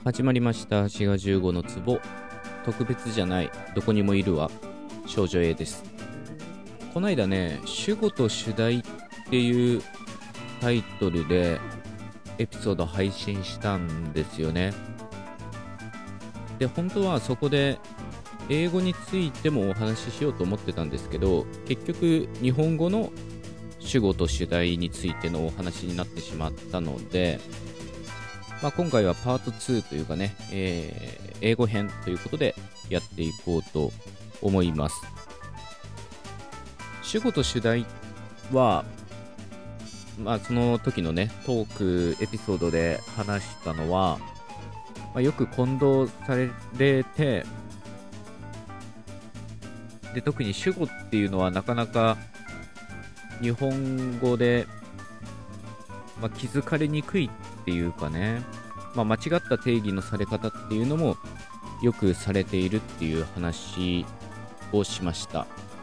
始まりました。滋賀15の壺。特別じゃない、どこにもいるわ。少女 A です。こないだね、主語と主題っていうタイトルでエピソード配信したんですよね。で、本当はそこで英語についてもお話ししようと思ってたんですけど、結局日本語の主語と主題についてのお話になってしまったので、今回はパート2というかね、英語編ということでやっていこうと思います。主語と主題は、その時のね、トークエピソードで話したのは、よく混同されて、で、特に主語っていうのはなかなか日本語で、気づかれにくいっていうかね、間違った定義のされ方っていうのもよくされているっていう話をしました。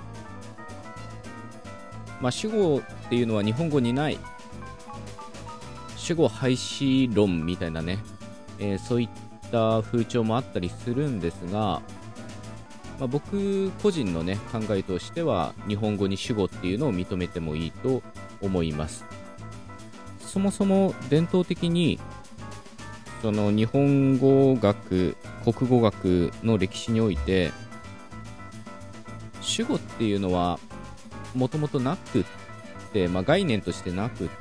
主語っていうのは日本語にない主語廃止論みたいなね、そういった風潮もあったりするんですが、僕個人のね考えとしては日本語に主語っていうのを認めてもいいと思います。そもそも伝統的にその日本語学、国語学の歴史において主語っていうのはもともとなくって、概念としてなくって、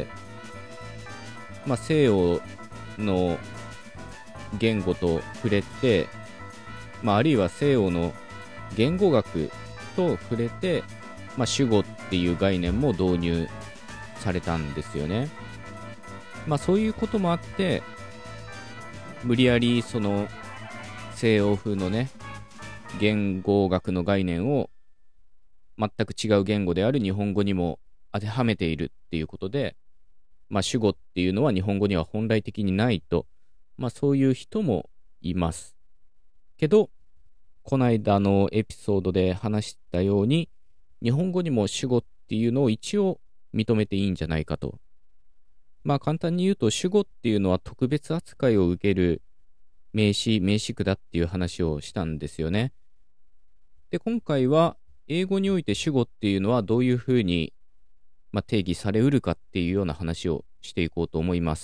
西洋の言語と触れて、あるいは西洋の言語学と触れて、主語っていう概念も導入されたんですよね。そういうこともあって無理やりその西洋風のね言語学の概念を全く違う言語である日本語にも当てはめているっていうことで、主語っていうのは日本語には本来的にないと、そういう人もいますけど、この間のエピソードで話したように日本語にも主語っていうのを一応認めていいんじゃないかと。簡単に言うと主語っていうのは特別扱いを受ける名詞句だっていう話をしたんですよね。で、今回は英語において主語っていうのはどういうふうに、定義されうるかっていうような話をしていこうと思います。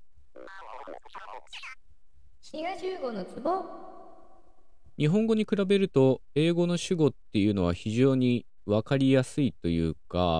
滋賀15の壺。 日本語に比べると英語の主語っていうのは非常に分かりやすいというか、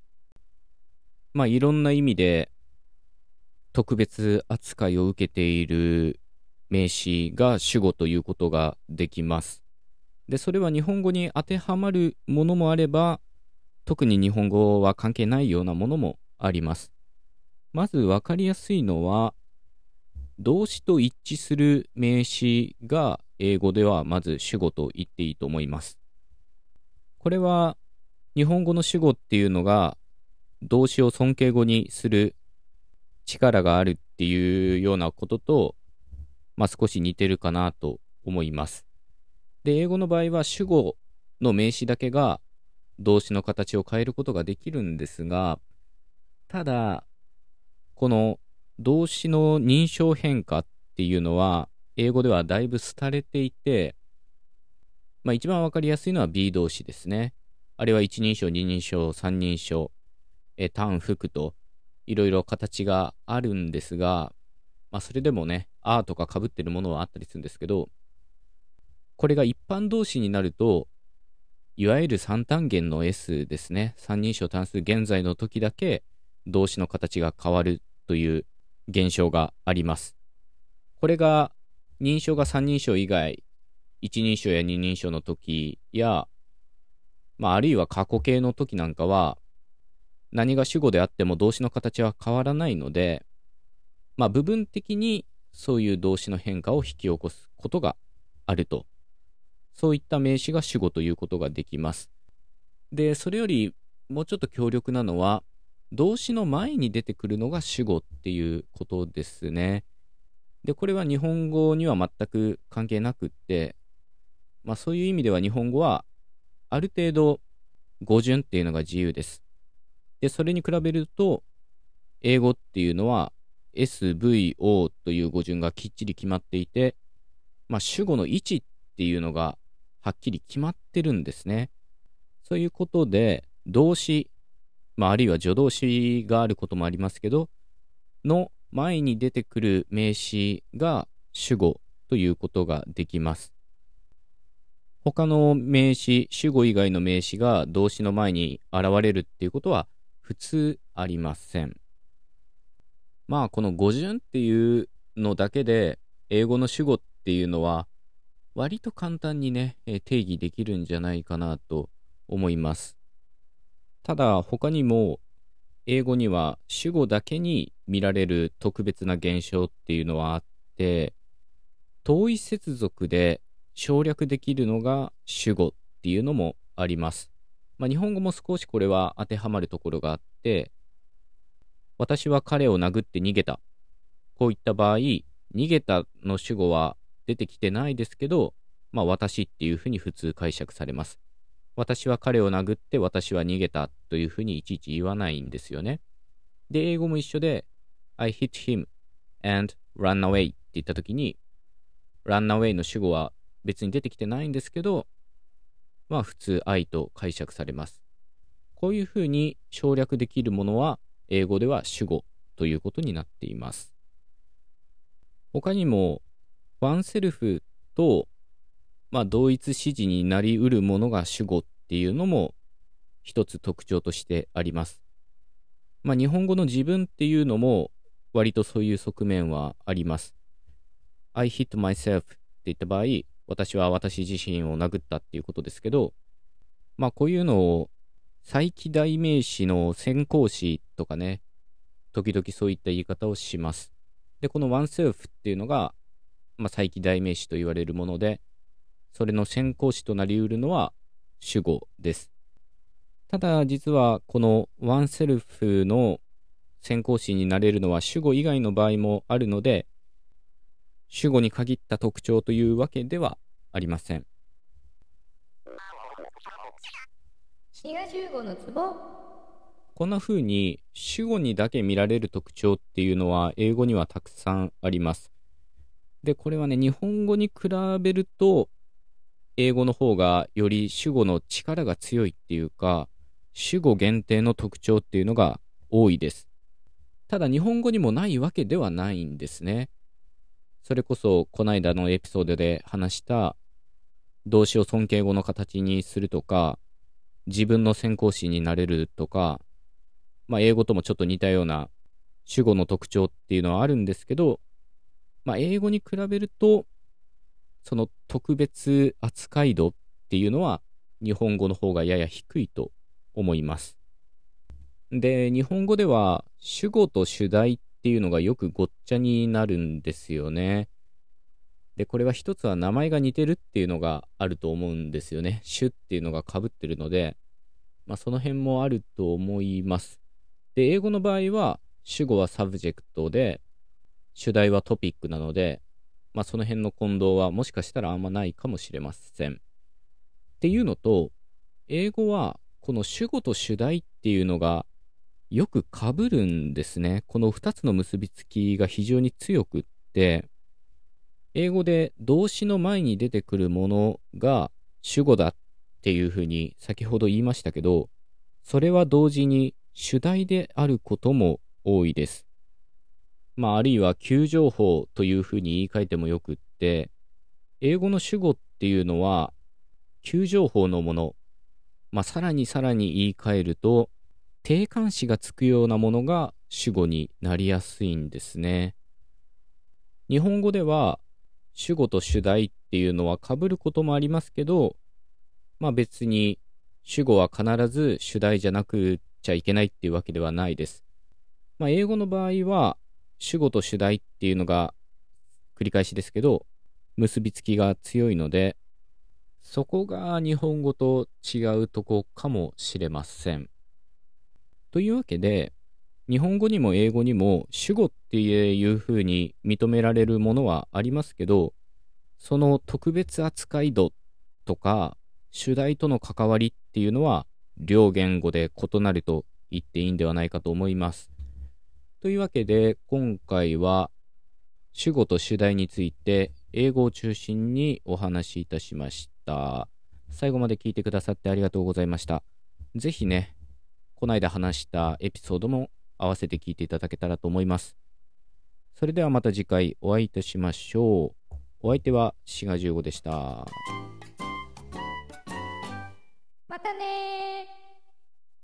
いろんな意味で特別扱いを受けている名詞が主語ということができます。で、それは日本語に当てはまるものもあれば、特に日本語は関係ないようなものもあります。まず分かりやすいのは、動詞と一致する名詞が英語ではまず主語と言っていいと思います。これは日本語の主語っていうのが動詞を尊敬語にする力があるっていうようなことと、少し似てるかなと思います。で、英語の場合は主語の名詞だけが動詞の形を変えることができるんですが、ただこの動詞の認証変化っていうのは英語ではだいぶ廃れていて、一番わかりやすいのは B 動詞ですね。あれは一人称、二人称、三人称、単複といろいろ形があるんですが、それでもね、あとか被ってるものはあったりするんですけど、これが一般動詞になると、いわゆる三単元の S ですね。三人称単数現在の時だけ動詞の形が変わるという現象があります。これが認証が三人称以外、一人称や二人称の時や、あるいは過去形の時なんかは、何が主語であっても動詞の形は変わらないので、部分的にそういう動詞の変化を引き起こすことがあると。そういった名詞が主語ということができます。で、それよりもうちょっと強力なのは、動詞の前に出てくるのが主語っていうことですね。で、これは日本語には全く関係なくって、そういう意味では日本語はある程度語順っていうのが自由です。で、それに比べると英語っていうのは SVO という語順がきっちり決まっていて、主語の位置っていうのがはっきり決まってるんですね。そういうことで、動詞、あるいは助動詞があることもありますけど、の前に出てくる名詞が主語ということができます。他の名詞、主語以外の名詞が動詞の前に現れるっていうことは普通ありません。この語順っていうのだけで英語の主語っていうのは割と簡単にね、定義できるんじゃないかなと思います。ただ他にも英語には主語だけに見られる特別な現象っていうのはあって、同意接続で省略できるのが主語っていうのもあります。日本語も少しこれは当てはまるところがあって、私は彼を殴って逃げた。こういった場合、逃げたの主語は出てきてないですけど、私っていうふうに普通解釈されます。私は彼を殴って私は逃げたというふうにいちいち言わないんですよね。で、英語も一緒で、I hit him and run away って言ったときに、run away の主語は別に出てきてないんですけど、普通 I と解釈されます。こういうふうに省略できるものは英語では主語ということになっています。他にも、oneself と、同一指示になりうるものが主語っていうのも一つ特徴としてあります。日本語の自分っていうのも割とそういう側面はあります。I hit myself って言った場合、私は私自身を殴ったっていうことですけど、こういうのを再起代名詞の先行詞とかね、時々そういった言い方をします。で、この oneself っていうのが、再起代名詞と言われるもので、それの先行詞となりうるのは主語です。ただ、実はこの oneself の先行詞になれるのは主語以外の場合もあるので、主語に限った特徴というわけではありません。 滋賀15のツボ。 こんな風に主語にだけ見られる特徴っていうのは英語にはたくさんあります。で、これはね、日本語に比べると英語の方がより主語の力が強いっていうか、主語限定の特徴っていうのが多いです。ただ日本語にもないわけではないんですね。それこそこの間のエピソードで話した動詞を尊敬語の形にするとか、自分の先行詞になれるとか、英語ともちょっと似たような主語の特徴っていうのはあるんですけど、英語に比べるとその特別扱い度っていうのは日本語の方がやや低いと思います。で、日本語では主語と主題っていうのがよくごっちゃになるんですよね。で、これは一つは名前が似てるっていうのがあると思うんですよね。主っていうのが被ってるので、その辺もあると思います。で、英語の場合は主語はサブジェクトで、主題はトピックなので、その辺の混同はもしかしたらあんまないかもしれません。っていうのと、英語はこの主語と主題っていうのがよく被るんですね。この2つの結びつきが非常に強くって、英語で動詞の前に出てくるものが主語だっていうふうに先ほど言いましたけど、それは同時に主題であることも多いです。あるいは急情報というふうに言い換えてもよくって、英語の主語っていうのは急情報のもの、さらに言い換えると定冠詞がつくようなものが主語になりやすいんですね。日本語では主語と主題っていうのは被ることもありますけど、別に主語は必ず主題じゃなくちゃいけないっていうわけではないです。英語の場合は主語と主題っていうのが繰り返しですけど結びつきが強いので、そこが日本語と違うとこかもしれません。というわけで、日本語にも英語にも主語っていうふうに認められるものはありますけど、その特別扱い度とか主題との関わりっていうのは両言語で異なると言っていいんではないかと思います。 というわけで、今回は主語と主題について英語を中心にお話しいたしました。最後まで聞いてくださってありがとうございました。ぜひね、この間話したエピソードも合わせて聞いていただけたらと思います。それではまた次回お会いいたしましょう。お相手は志賀15でした。 またねー。